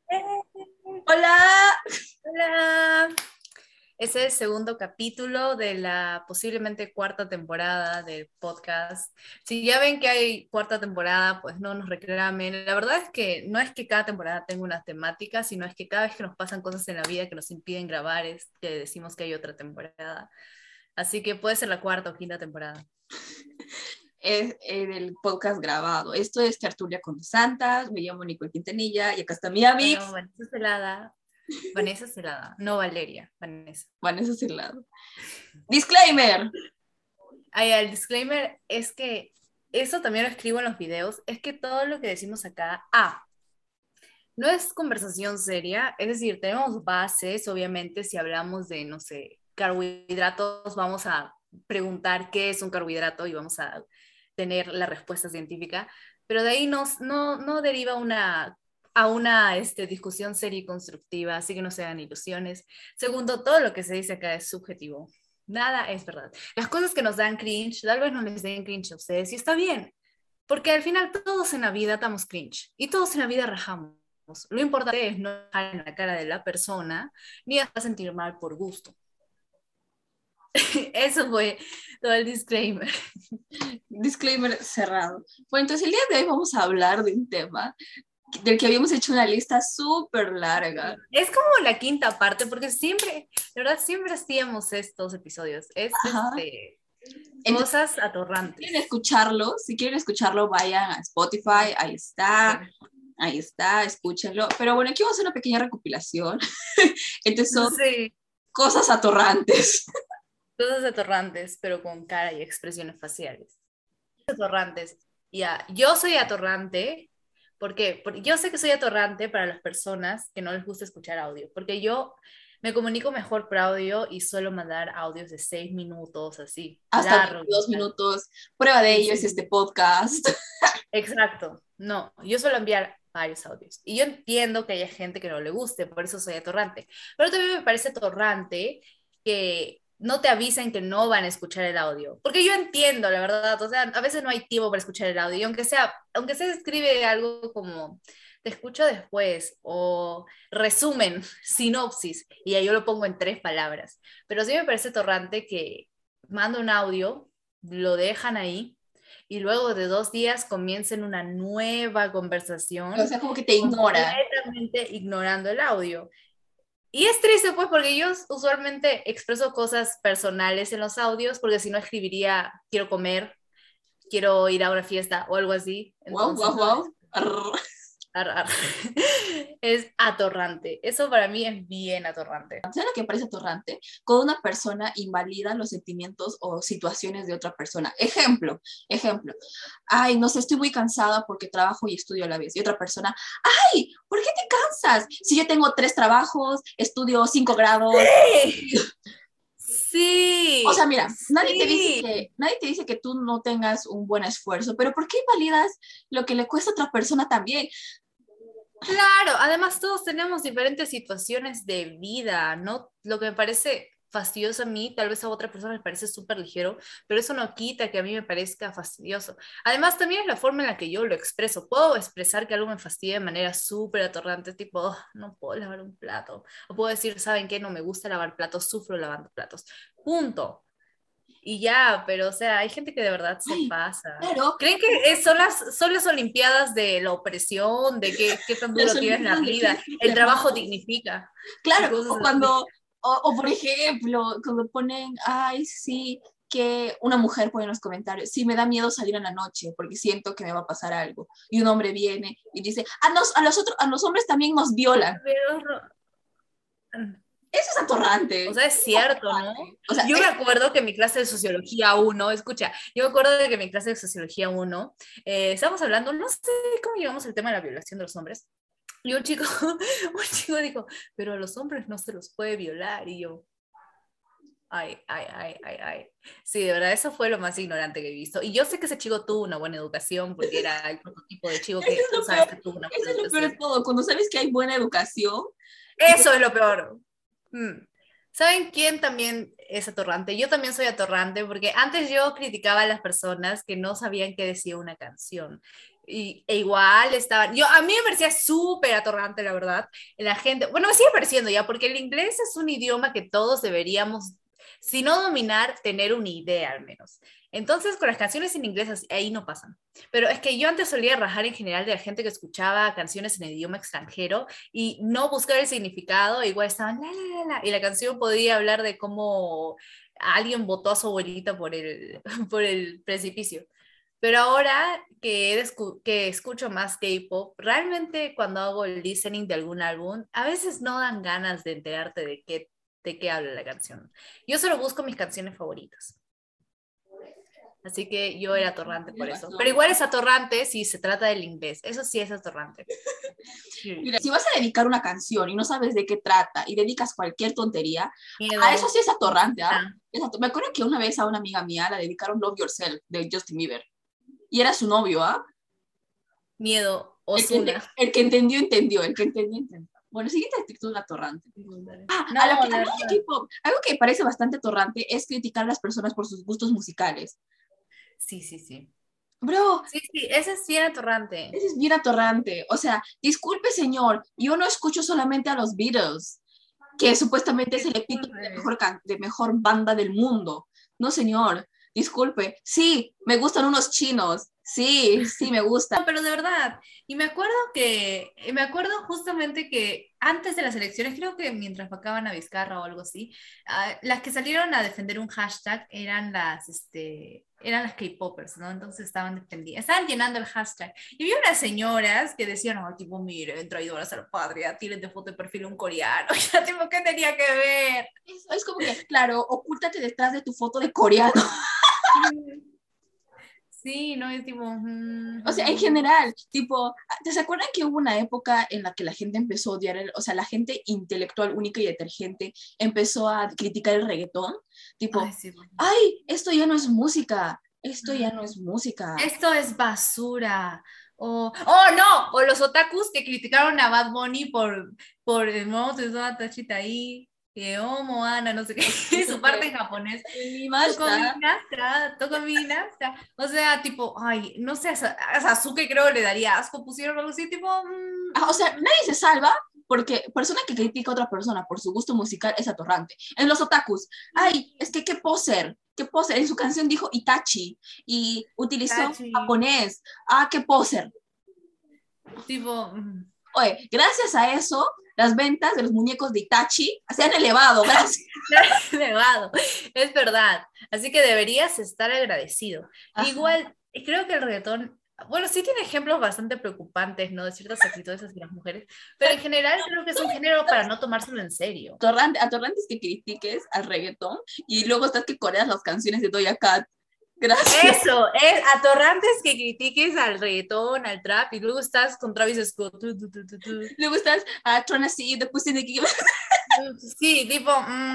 Hola. Hola. Ese es el segundo capítulo de la posiblemente cuarta temporada del podcast. Si ya ven que hay cuarta temporada, pues no nos reclamen. La verdad es que no es que cada temporada tenga una temática, sino es que cada vez que nos pasan cosas en la vida que nos impiden grabar, es que decimos que hay otra temporada. Así que puede ser la cuarta o quinta temporada. Es el podcast grabado. Esto es Tertulia con los Santas. Me llamo Nicole Quintanilla y acá está mi Me amiga llamo Vanessa Celada. Vanessa Celada, no Valeria, Vanessa. Vanessa Celado. Disclaimer. Ay, el disclaimer es que eso también lo escribo en los videos, es que todo lo que decimos acá, no es conversación seria, es decir, tenemos bases, obviamente, si hablamos de, no sé, carbohidratos, vamos a preguntar qué es un carbohidrato y vamos a tener la respuesta científica, pero de ahí no deriva a una discusión seria y constructiva, así que no se hagan ilusiones. Segundo, todo lo que se dice acá es subjetivo. Nada es verdad. Las cosas que nos dan cringe, tal vez no les den cringe a ustedes, y está bien, porque al final todos en la vida damos cringe y todos en la vida rajamos. Lo importante es no dejar en la cara de la persona ni hacer sentir mal por gusto. Eso fue todo el disclaimer. Disclaimer cerrado. Bueno, entonces el día de hoy vamos a hablar de un tema del que habíamos hecho una lista súper larga. Es como la quinta parte, porque siempre, de verdad, siempre hacíamos estos episodios. Es Ajá. Entonces, cosas si quieren atorrantes. escucharlo, vayan a Spotify. Ahí está, escúchenlo. Pero bueno, aquí vamos a hacer una pequeña recopilación. Entonces son Sí, cosas atorrantes. cosas atorrantes, pero con cara y expresiones faciales. Atorrantes. Ya, yo soy atorrante. ¿Por qué? Porque yo sé que soy atorrante para las personas que no les gusta escuchar audio, porque yo me comunico mejor por audio y suelo mandar audios de 6 minutos, así, Hasta largos. 22 minutos. Prueba de Sí, ello es sí, este podcast. exacto. No, yo suelo enviar varios audios. Y yo entiendo que haya gente que no le guste, por eso soy atorrante. Pero también me parece atorrante que no te avisen que no van a escuchar el audio. Porque yo entiendo, la verdad, o sea, a veces no hay tiempo para escuchar el audio. Y aunque se escribe algo como te escucho después o resumen, sinopsis, y ahí yo lo pongo en 3 palabras. Pero sí me parece atorrante que mando un audio, lo dejan ahí y luego de 2 días comiencen una nueva O conversación sea, como que te ignora. completamente ignorando el audio. Y es triste, pues, porque yo usualmente expreso cosas personales en los audios, porque si no escribiría, quiero comer, quiero ir a una fiesta o algo así. Wow, Entonces, wow, no, wow. Arr. ar, ar. Es atorrante. Eso para mí es bien atorrante. ¿Sabes lo que me parece atorrante? Cuando una persona invalida los sentimientos o situaciones de otra persona. Ejemplo. Ay, no sé, estoy muy cansada porque trabajo y estudio a la vez. Y otra persona, ay, ¿por qué te cansas? Si yo tengo 3 trabajos, estudio 5 grados. Sí, O sea, sí, mira, sí. nadie te dice que tú no tengas un buen esfuerzo, pero ¿por qué invalidas lo que le cuesta a otra persona también? Claro, además todos tenemos diferentes situaciones de vida, ¿no? Lo que me parece fastidioso a mí, tal vez a otra persona le parece súper ligero, pero eso no quita que a mí me parezca fastidioso. Además, también es la forma en la que yo lo expreso. Puedo expresar que algo me fastidia de manera súper atorrante, tipo, "Oh, no puedo lavar un plato". O puedo decir, ¿saben qué? No me gusta lavar platos, sufro lavando platos. Punto. Y ya, pero o sea, hay gente que de verdad se Ay, pasa. claro, ¿Creen que son las Olimpiadas de la opresión, de qué tan las duro tienes la Olimpiadas de quién vida? es más El trabajo cerrado. dignifica y Claro, cosas o así. cuando, por ejemplo, cuando ponen, ay, sí, que una mujer pone en los comentarios, sí, me da miedo salir en la noche porque siento que me va a pasar algo. Y un hombre viene y dice, a los hombres también nos violan. Pero, Eso es o atorrante. sea, es cierto, ¿no? O sea, Yo me acuerdo que en mi clase de Sociología 1, escucha, yo me acuerdo de que en mi clase de Sociología 1 estábamos hablando, no sé cómo llegamos al tema de la violación de los hombres, y un chico, un chico dijo, pero a los hombres no se los puede violar, y yo, ay, ay, ay, ay, ay. Sí, de verdad, eso fue lo más ignorante que he visto. Y yo sé que ese chico tuvo una buena educación, porque era el prototipo de chico eso que es tú lo sabes peor. que tuvo una Eso buena es lo peor de educación. todo. Cuando sabes que hay buena educación. Y, Eso es lo peor. Mm. ¿Saben quién también es atorrante? Yo también soy atorrante porque antes yo criticaba a las personas que no sabían qué decía una canción. e igual estaban, a mí me parecía súper atorrante, la verdad, la gente, bueno, me sigue pareciendo ya, porque el inglés es un idioma que todos deberíamos, si no dominar, tener una idea al menos. Entonces, con las canciones en inglés, ahí no pasan. Pero es que yo antes solía rajar en general de la gente que escuchaba canciones en idioma extranjero y no buscar el significado, igual estaban y la canción podía hablar de cómo alguien botó a su abuelita por por el precipicio. Pero ahora que escucho más K-pop, realmente cuando hago el listening de algún álbum, a veces no dan ganas de enterarte de qué habla la canción. Yo solo busco mis canciones favoritas. Así que yo era atorrante por eso. Pero igual es atorrante si se trata del inglés. Eso sí es atorrante. Mira, si vas a dedicar una canción y no sabes de qué trata y dedicas cualquier tontería, Miedo. a eso sí es atorrante. Me acuerdo que una vez a una amiga mía la dedicaron Love Yourself de Justin Bieber. Y era su novio, Miedo, Ozuna. El que entendió, entendió. El que entendió, entendió. Bueno, siguiente actitud atorrante. Algo que parece bastante atorrante es criticar a las personas por sus gustos musicales. Sí. Bro. Sí, ese es bien atorrante. Ese es bien atorrante. O sea, disculpe, señor, yo no escucho solamente a los Beatles, que supuestamente es el epítome de mejor banda del mundo. No, señor, disculpe. Sí, me gustan unos chinos. Sí, me gusta. No, pero de verdad, y me acuerdo justamente que antes de las elecciones, creo que mientras vacaban a Vizcarra o algo así, las que salieron a defender un hashtag eran las K-popers, ¿no? Entonces estaban llenando el hashtag. Y había unas señoras que decían, oh, tipo, miren, traidoras a la patria, tiren de foto de perfil un coreano. Ya, tipo, ¿qué tenía que ver? Es como que, claro, ocúltate detrás de tu foto de coreano. Sí, no, es tipo... O sea, en general, tipo, ¿te acuerdan que hubo una época en la que la gente empezó a odiar, o sea, la gente intelectual, única y detergente, empezó a criticar el reggaetón? Tipo, ay, esto ya no es música, esto ya no es música. Esto es basura. Oh, no, o los otakus que criticaron a Bad Bunny por el nuevo Tetsuya Tachita ahí. Que Moana, no sé qué, su parte en japonés. Toco mi Nazca. O sea, tipo, ay, no sé, a Sasuke creo le daría asco, pusieron algo así, tipo... O sea, nadie se salva porque persona que critica a otra persona por su gusto musical es atorrante. En los otakus, ay, es que qué poser, en su canción dijo Itachi y utilizó japonés, qué poser. Tipo... Oye, gracias a eso, las ventas de los muñecos de Itachi se han elevado, gracias. elevado, es verdad. Así que deberías estar agradecido. Ajá. Igual, creo que el reggaetón, bueno, sí tiene ejemplos bastante preocupantes, ¿no? De ciertas actitudes hacia las mujeres, pero en general creo que es un género para no tomárselo en serio. Atorrante es que critiques al reggaetón y luego estás que coreas las canciones de Doja Cat. Gracias. Eso, es atorrantes que critiques al reggaetón, al trap, y luego estás con Travis Scott. Luego estás trying to see the pussy in the... Sí, tipo...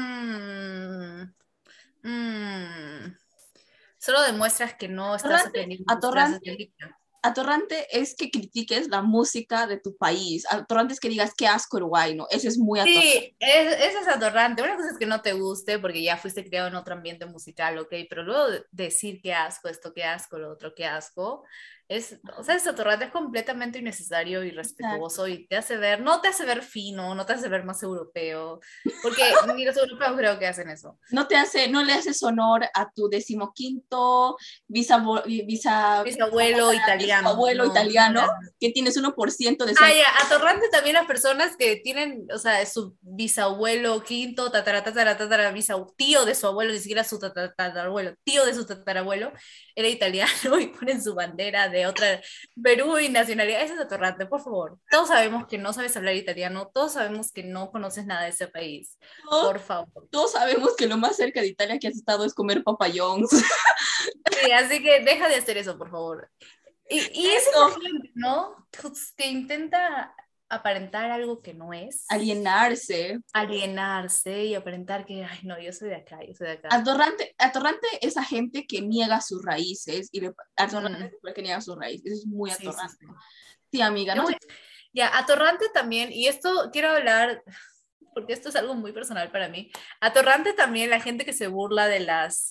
Solo demuestras que no estás aprendiendo. Atorrante es que critiques la música de tu país. Atorrante es que digas qué asco Uruguay, ¿no? Ese es muy atorrante. Sí, eso es atorrante. Una cosa es que no te guste porque ya fuiste criado en otro ambiente musical, ok, pero luego decir qué asco esto, qué asco, lo otro, qué asco, es atorrante, es completamente innecesario y irrespetuoso. Exacto. Y no te hace ver fino, no te hace ver más europeo, porque ni los europeos creo que hacen eso. No le haces honor a tu 15º bisabuelo italiano, que tienes 1% de... atorrante también las personas que tienen, o sea, su bisabuelo quinto, tío de su abuelo, ni siquiera su tatarabuelo, tío de su tatarabuelo, era italiano y ponen su bandera de otra, Perú y nacionalidad. Eso es atorrante, por favor. Todos sabemos que no sabes hablar italiano, todos sabemos que no conoces nada de ese país. Por favor. Todos sabemos que lo más cerca de Italia que has estado es comer Papa John's. Sí, así que deja de hacer eso, por favor. Y esa gente, ¿no? Que intenta aparentar algo que no es. Alienarse y aparentar que, ay, no, yo soy de acá. Atorrante esa gente que niega sus raíces y atorrante porque niega sus raíces. Eso es muy atorrante. Sí, amiga. ¿No? Ya, atorrante también, y esto quiero hablar, porque esto es algo muy personal para mí. Atorrante también la gente que se burla de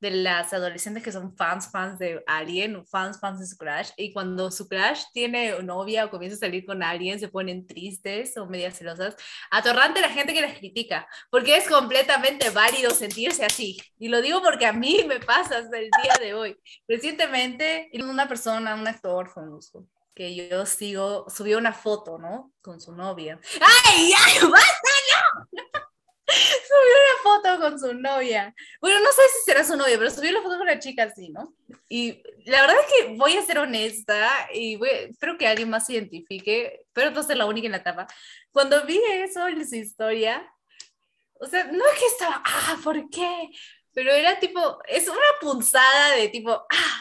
de las adolescentes que son fans de alguien, o fans de su crush, y cuando su crush tiene novia o comienza a salir con alguien, se ponen tristes o medias celosas. Atorrante la gente que las critica, porque es completamente válido sentirse así. Y lo digo porque a mí me pasa hasta el día de hoy. Recientemente, una persona, un actor famoso, que yo sigo, subió una foto, ¿no? Con su novia. ¡Ay, ay, basta, no! Subió una foto con su novia. Bueno, no sé si será su novia, pero subió la foto con una chica así, ¿no? Y la verdad es que voy a ser honesta y espero que alguien más se identifique, pero no ser la única en la etapa. Cuando vi eso en su historia, o sea, no es que estaba, ¿por qué? Pero era tipo, es una punzada de tipo,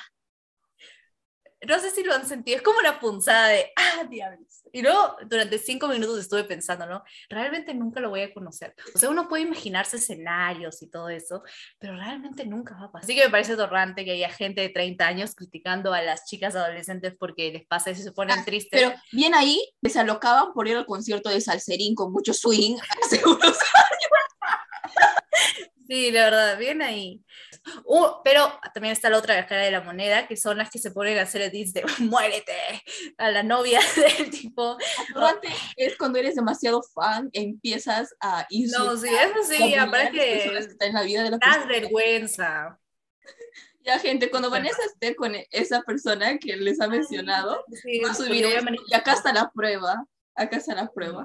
no sé si lo han sentido, es como una punzada de, diablos. Y luego, durante 5 minutos estuve pensando, ¿no? Realmente nunca lo voy a conocer. O sea, uno puede imaginarse escenarios y todo eso, pero realmente nunca va a pasar. Así que me parece atorrante que haya gente de 30 años criticando a las chicas adolescentes porque les pasa eso y se ponen tristes. Pero bien ahí, se alocaban por ir al concierto de Salserín con mucho swing hace unos años. Sí, la verdad, bien ahí. Pero también está la otra cara de la moneda, que son las que se ponen a hacer edits de muérete a la novia del tipo. Atorrante es cuando eres demasiado fan, empiezas a insultar. No, sí, eso sí, aparte que está en la vida de la das vergüenza. Ya, gente, cuando Vanessa esté con esa persona que les ha mencionado, sí, va a subir esto, y acá está la prueba. Acá está la prueba.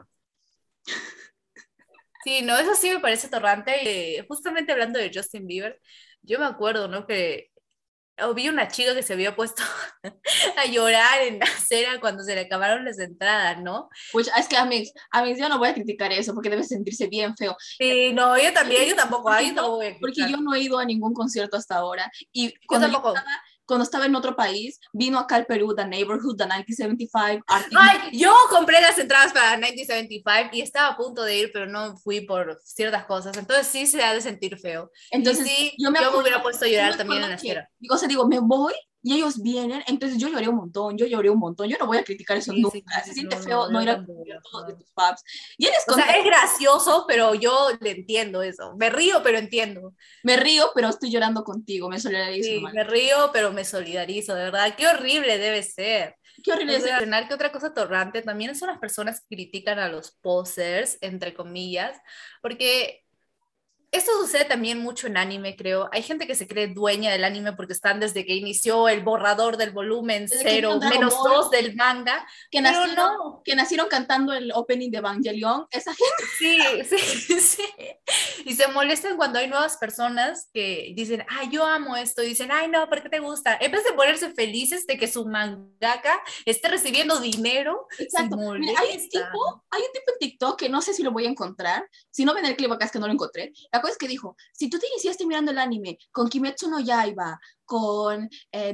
Sí, no, eso sí me parece atorrante. Justamente hablando de Justin Bieber, yo me acuerdo, ¿no? Que vi una chica que se había puesto a llorar en la acera cuando se le acabaron las entradas, ¿no? Pues es que, Amix, yo no voy a criticar eso porque debe sentirse bien feo. Sí, no, yo también, yo tampoco voy a criticar. Porque yo no he ido a ningún concierto hasta ahora. Y Yo tampoco. Cuando estaba en otro país, vino acá al Perú, The Neighborhood, The 1975. Ay, yo compré las entradas para 1975 y estaba a punto de ir, pero no fui por ciertas cosas. Entonces sí se ha de sentir feo. Entonces, y sí, yo me hubiera puesto a llorar también en la acera. O sea, digo, me voy y ellos vienen, entonces yo lloré un montón, yo no voy a criticar eso nunca, se siente feo no ir a todos de tus paps. O sea, es gracioso, pero yo le entiendo eso, me río, pero entiendo. Me río, pero estoy llorando contigo, me solidarizo. Sí, me río, pero me solidarizo, de verdad, qué horrible debe ser. Qué horrible debe ser. Que otra cosa atorrante también son las personas que critican a los posers, entre comillas, porque esto sucede también mucho en anime, creo. Hay gente que se cree dueña del anime porque están desde que inició el borrador del volumen 0, -2 del manga. Que nacieron cantando el opening de Evangelion. Esa gente. Sí. Y se molestan cuando hay nuevas personas que dicen, yo amo esto. Y dicen, no, ¿por qué te gusta? En vez de ponerse felices de que su mangaka esté recibiendo dinero. Exacto. Hay un tipo en TikTok que no sé si lo voy a encontrar. Si no ven el clip acá es que no lo encontré. La cosa es que dijo, si tú te iniciaste mirando el anime con Kimetsu no Yaiba, con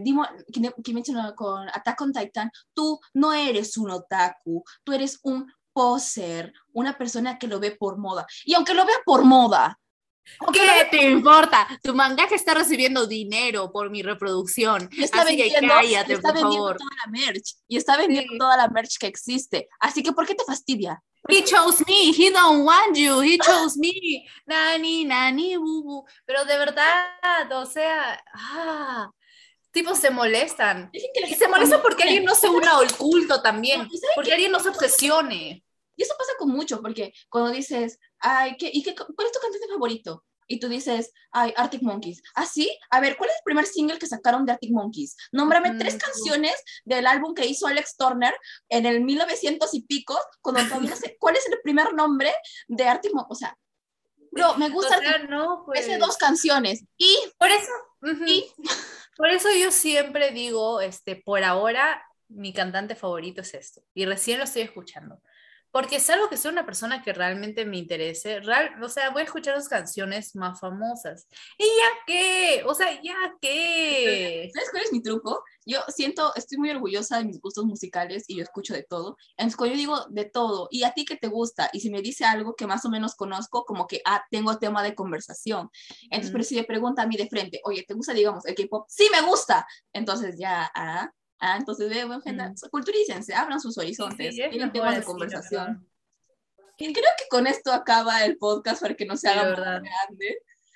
con Attack on Titan, tú no eres un otaku, tú eres un poser, una persona que lo ve por moda. Y aunque lo vea por moda, ¿qué te importa? Tu mangaka está recibiendo dinero por mi reproducción. Así que cállate, por favor. Y está vendiendo toda la merch que existe. Así que, ¿por qué te fastidia? He chose me, he don't want you, he chose me, nani, bubu. Pero de verdad, o sea, tipos se molestan. Y se molestan porque alguien no se una al culto también, porque alguien no se obsesione. Y eso pasa con mucho, porque cuando dices, ¿cuál es tu cantante favorito? Y tú dices, Arctic Monkeys. ¿Ah, sí? A ver, ¿cuál es el primer single que sacaron de Arctic Monkeys? Nómbrame 3 canciones del álbum que hizo Alex Turner en el 1900 y pico, cuando todavía sé cuál es el primer nombre de Arctic Monkeys. O sea, bro, me gusta esas 2 canciones. Y por eso, por eso yo siempre digo, por ahora, mi cantante favorito es esto. Y recién lo estoy escuchando. Porque es algo que sea una persona que realmente me interese, o sea, voy a escuchar sus canciones más famosas. ¿Y ya qué? O sea, ¿ya qué? ¿Sabes cuál es mi truco? Yo estoy muy orgullosa de mis gustos musicales y yo escucho de todo. Entonces, cuando yo digo de todo, ¿y a ti qué te gusta? Y si me dice algo que más o menos conozco, como que, tengo tema de conversación. Entonces, pero si me pregunta a mí de frente, oye, ¿te gusta, digamos, el K-pop? ¡Sí, me gusta! Entonces ya, entonces, culturícense, abran sus horizontes, tienen temas de conversación. Y creo que con esto acaba el podcast para que no se haga más grande.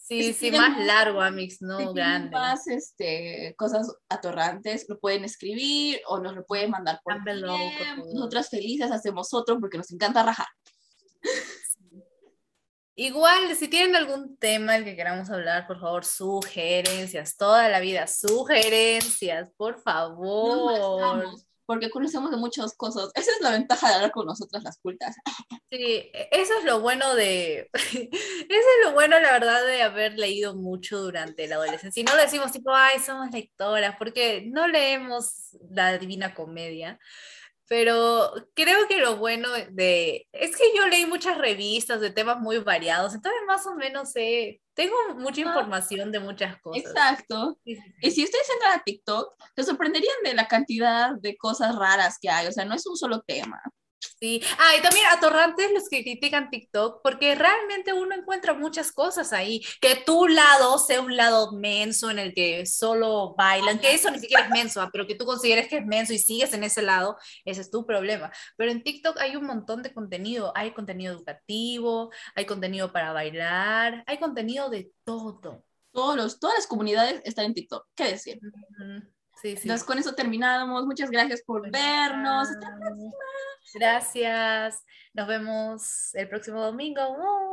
Sí, Si sí, tienen más más, largo, Amix, si no tienen grande. más cosas atorrantes, lo pueden escribir o nos lo pueden mandar por Down below, por DM. favor. Nosotras felices hacemos otro porque nos encanta rajar. Sí. Igual, si tienen algún tema del que queramos hablar, por favor, sugerencias, toda la vida, sugerencias, por No nos favor. molestamos porque conocemos de muchas cosas. Esa es la ventaja de hablar con nosotras las cultas. Sí, eso es lo bueno de, eso es lo bueno, la verdad, de haber leído mucho durante la adolescencia. Y no decimos tipo, ay, somos lectoras, porque no leemos la Divina Comedia. Pero creo que lo bueno es que yo leí muchas revistas de temas muy variados, entonces más o menos tengo mucha Ah, información de muchas cosas. exacto. Sí, sí, Y sí. si ustedes entran a TikTok, se sorprenderían de la cantidad de cosas raras que hay. O sea, no es un solo tema. Sí. Ah, y también atorrantes los que critican TikTok, porque realmente uno encuentra muchas cosas ahí. Que tu lado sea un lado menso en el que solo bailan, que eso ni siquiera es menso, pero que tú consideres que es menso y sigues en ese lado, ese es tu problema. Pero en TikTok hay un montón de contenido. Hay contenido educativo, hay contenido para bailar, hay contenido de todo. Todas las comunidades están en TikTok. ¿Qué decir? Ujú. Sí, Entonces, sí. con eso terminamos. Muchas gracias por Bueno, vernos. chao. Gracias. Nos vemos el próximo domingo.